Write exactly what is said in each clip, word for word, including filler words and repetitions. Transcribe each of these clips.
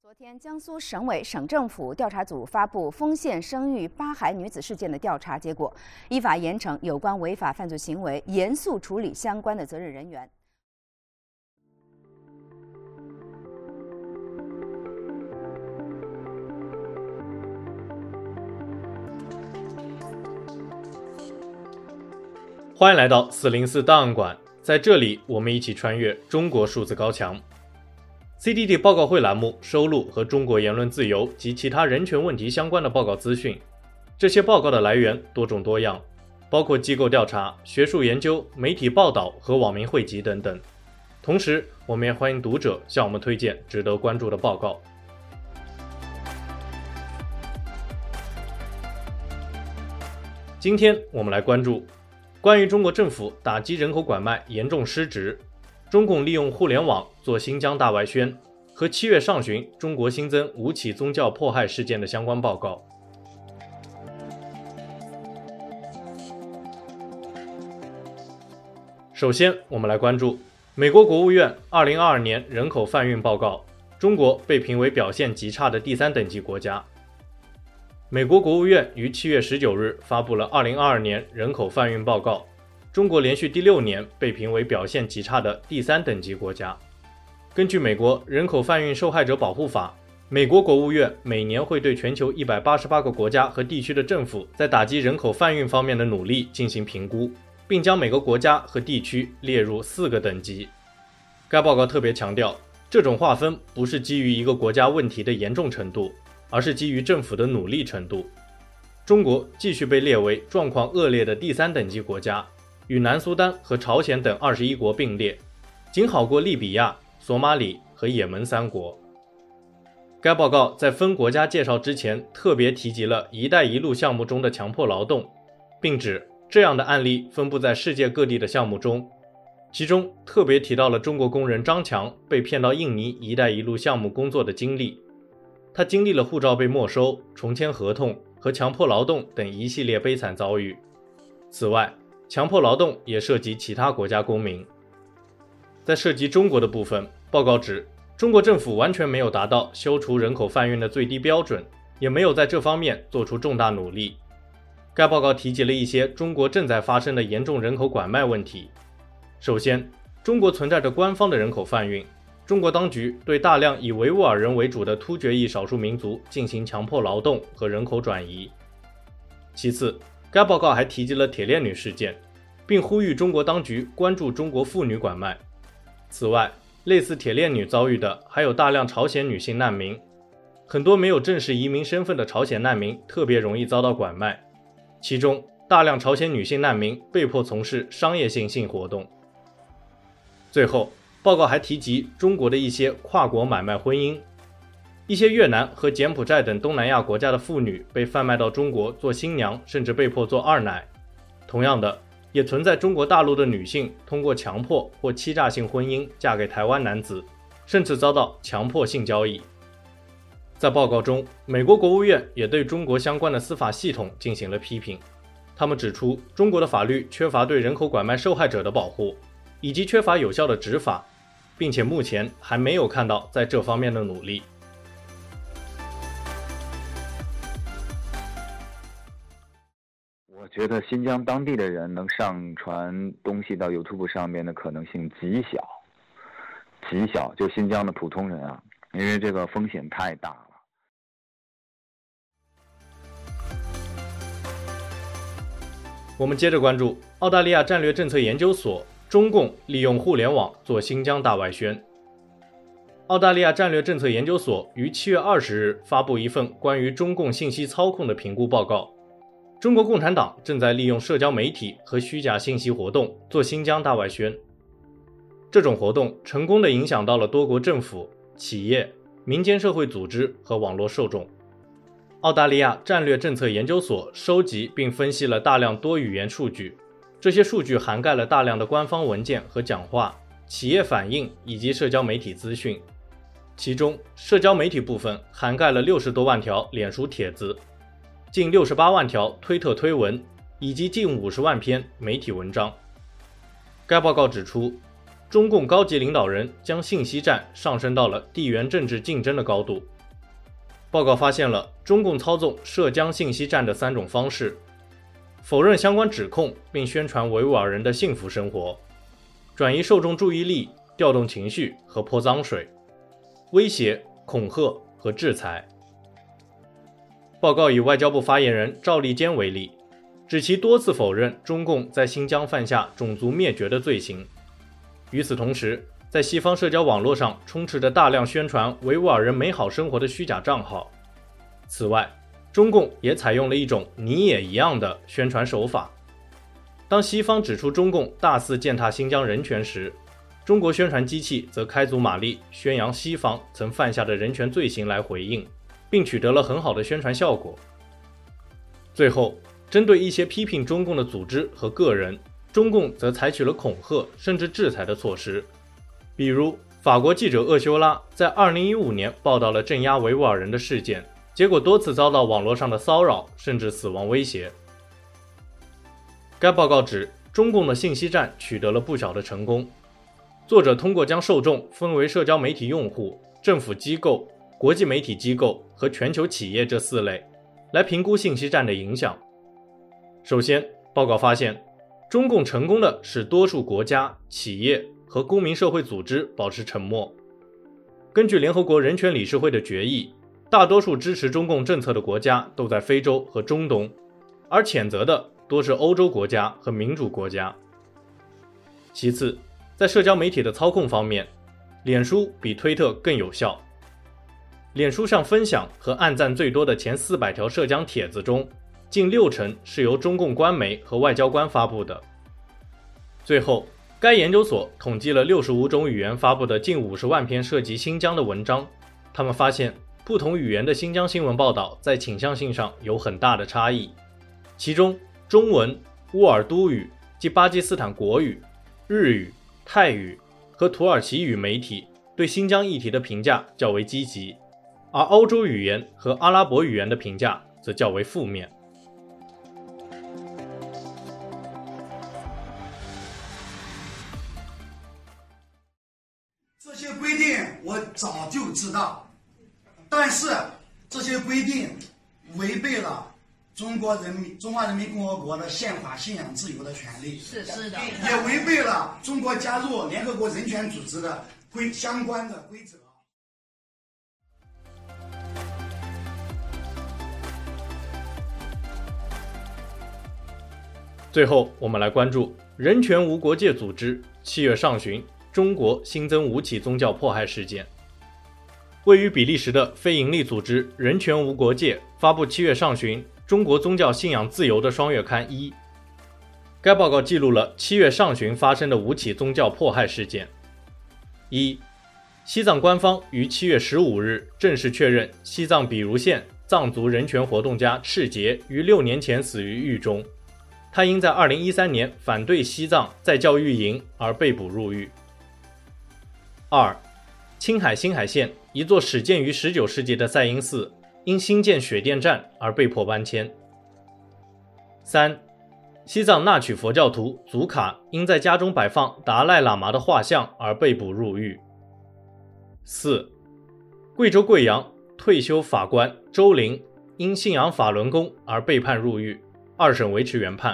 昨天，江苏省委省政府调查组发布丰县生育八孩女子事件的调查结果，依法严惩有关违法犯罪行为，严肃处理相关的责任人员。 欢迎来到四零四档案馆，在这里我们一起穿越中国数字高墙。C D T 报告会栏目收录和中国言论自由及其他人权问题相关的报告资讯，这些报告的来源多种多样，包括机构调查、学术研究、媒体报道和网民汇集等等。同时，我们也欢迎读者向我们推荐值得关注的报告。今天我们来关注关于中国政府打击人口拐卖严重失职，中共利用互联网做新疆大外宣和七月上旬中国新增五起宗教迫害事件的相关报告。首先，我们来关注美国国务院二零二二年人口贩运报告，中国被评为表现极差的第三等级国家。美国国务院于七月十九日发布了二零二二年人口贩运报告，中国连续第六年被评为表现极差的第三等级国家。根据美国人口贩运受害者保护法，美国国务院每年会对全球一百八十八个国家和地区的政府在打击人口贩运方面的努力进行评估，并将每个国家和地区列入四个等级。该报告特别强调，这种划分不是基于一个国家问题的严重程度，而是基于政府的努力程度。中国继续被列为状况恶劣的第三等级国家，与南苏丹和朝鲜等二十一国并列，仅好过利比亚、索马里和也门三国。该报告在分国家介绍之前特别提及了一带一路项目中的强迫劳动，并指这样的案例分布在世界各地的项目中，其中特别提到了中国工人张强被骗到印尼一带一路项目工作的经历。他经历了护照被没收、重签合同和强迫劳动等一系列悲惨遭遇。此外，强迫劳动也涉及其他国家公民。在涉及中国的部分，报告指中国政府完全没有达到消除人口贩运的最低标准，也没有在这方面做出重大努力。该报告提及了一些中国正在发生的严重人口拐卖问题。首先，中国存在着官方的人口贩运，中国当局对大量以维吾尔人为主的突厥裔少数民族进行强迫劳动和人口转移。其次，该报告还提及了铁链女事件，并呼吁中国当局关注中国妇女拐卖。此外，类似铁链女遭遇的还有大量朝鲜女性难民，很多没有正式移民身份的朝鲜难民特别容易遭到拐卖，其中大量朝鲜女性难民被迫从事商业性性活动。最后，报告还提及中国的一些跨国买卖婚姻，一些越南和柬埔寨等东南亚国家的妇女被贩卖到中国做新娘，甚至被迫做二奶。同样的，也存在中国大陆的女性通过强迫或欺诈性婚姻嫁给台湾男子，甚至遭到强迫性交易。在报告中，美国国务院也对中国相关的司法系统进行了批评。他们指出，中国的法律缺乏对人口拐卖受害者的保护，以及缺乏有效的执法，并且目前还没有看到在这方面的努力。 我觉得新疆当地的人能上传东西到 YouTube 上面的可能性极小，极小，就新疆的普通人啊，因为这个风险太大了。 我们接着关注澳大利亚战略政策研究所，中共利用互联网做新疆大外宣。澳大利亚战略政策研究所于七月二十日发布一份关于中共信息操控的评估报告。中国共产党正在利用社交媒体和虚假信息活动做新疆大外宣。这种活动成功地影响到了多国政府、企业、民间社会组织和网络受众。澳大利亚战略政策研究所收集并分析了大量多语言数据，这些数据涵盖了大量的官方文件和讲话、企业反应以及社交媒体资讯。其中，社交媒体部分涵盖了六十多万条脸书帖子，近六十八万条推特推文，以及近五十万篇媒体文章。该报告指出，中共高级领导人将信息战上升到了地缘政治竞争的高度， 报告发现了中共操纵涉疆信息战的三种方式：否认相关指控并宣传维吾尔人的幸福生活，转移受众注意力，调动情绪和泼脏水，威胁、恐吓和制裁。报告以外交部发言人赵立坚为例，指其多次否认中共在新疆犯下种族灭绝的罪行。与此同时，在西方社交网络上充斥着大量宣传维吾尔人美好生活的虚假账号。此外，中共也采用了一种你也一样的宣传手法。当西方指出中共大肆践踏新疆人权时，中国宣传机器则开足马力宣扬西方曾犯下的人权罪行来回应，并取得了很好的宣传效果。最后，针对一些批评中共的组织和个人，中共则采取了恐吓甚至制裁的措施。比如，法国记者厄修拉在二零一五年报道了镇压维吾尔人的事件，结果多次遭到网络上的骚扰甚至死亡威胁。该报告指，中共的信息战取得了不小的成功。作者通过将受众分为社交媒体用户、政府机构、国际媒体机构和全球企业这四类，来评估信息战的影响。首先，报告发现，中共成功的使多数国家、企业和公民社会组织保持沉默。根据联合国人权理事会的决议，大多数支持中共政策的国家都在非洲和中东，而谴责的多是欧洲国家和民主国家。其次，在社交媒体的操控方面，脸书比推特更有效。脸书上分享和按赞最多的前四百条涉疆帖子中，近六成是由中共官媒和外交官发布的。最后，该研究所统计了六十五种语言发布的近五十万篇涉及新疆的文章，他们发现不同语言的新疆新闻报道在倾向性上有很大的差异。其中，中文、乌尔都语即巴基斯坦国语、日语、泰语和土耳其语媒体对新疆议题的评价较为积极，而欧洲语言和阿拉伯语言的评价则较为负面。 这些规定我早就知道，但是这些规定违背了中国人民中华人民共和国的宪法信仰自由的权利， 是是的， 也违背了中国加入联合国人权组织的规相关的规则。 最后，我们来关注人权无国界组织七月上旬中国新增五起宗教迫害事件。位于比利时的非营利组织人权无国界发布七月上旬中国宗教信仰自由的双月刊一。该报告记录了七月上旬发生的五起宗教迫害事件。一、西藏官方于七月十五日正式确认西藏比如县藏族人权活动家赤杰于六年前死于狱中，他因在二零一三年反对西藏再教育营而被捕入狱。二、青海新海县一座始建于十九世纪的赛因寺因新建水电站而被迫搬迁。三、西藏纳曲佛教徒祖卡因在家中摆放达赖喇嘛的画像而被捕入狱。四、贵州贵阳退休法官周林因信仰法轮功而被判入狱，二审维持原判。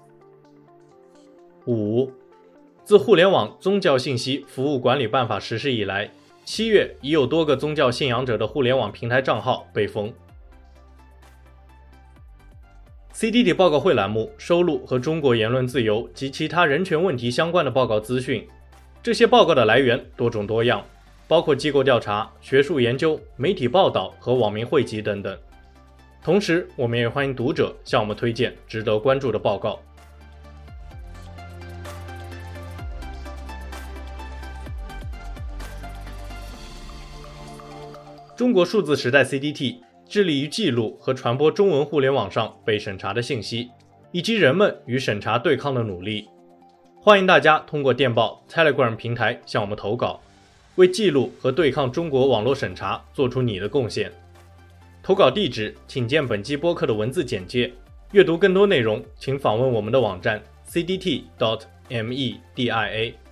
五、自互联网宗教信息服务管理办法实施以来，七月已有多个宗教信仰者的互联网平台账号被封。C D T 报告会栏目收录和中国言论自由及其他人权问题相关的报告资讯，这些报告的来源多种多样，包括机构调查、学术研究、媒体报道和网民汇集等等。同时，我们也欢迎读者向我们推荐值得关注的报告。中国数字时代 C D T 致力于记录和传播中文互联网上被审查的信息，以及人们与审查对抗的努力。欢迎大家通过电报 Telegram 平台向我们投稿，为记录和对抗中国网络审查做出你的贡献。投稿地址请见本期播客的文字简介。阅读更多内容，请访问我们的网站 c d t dot media。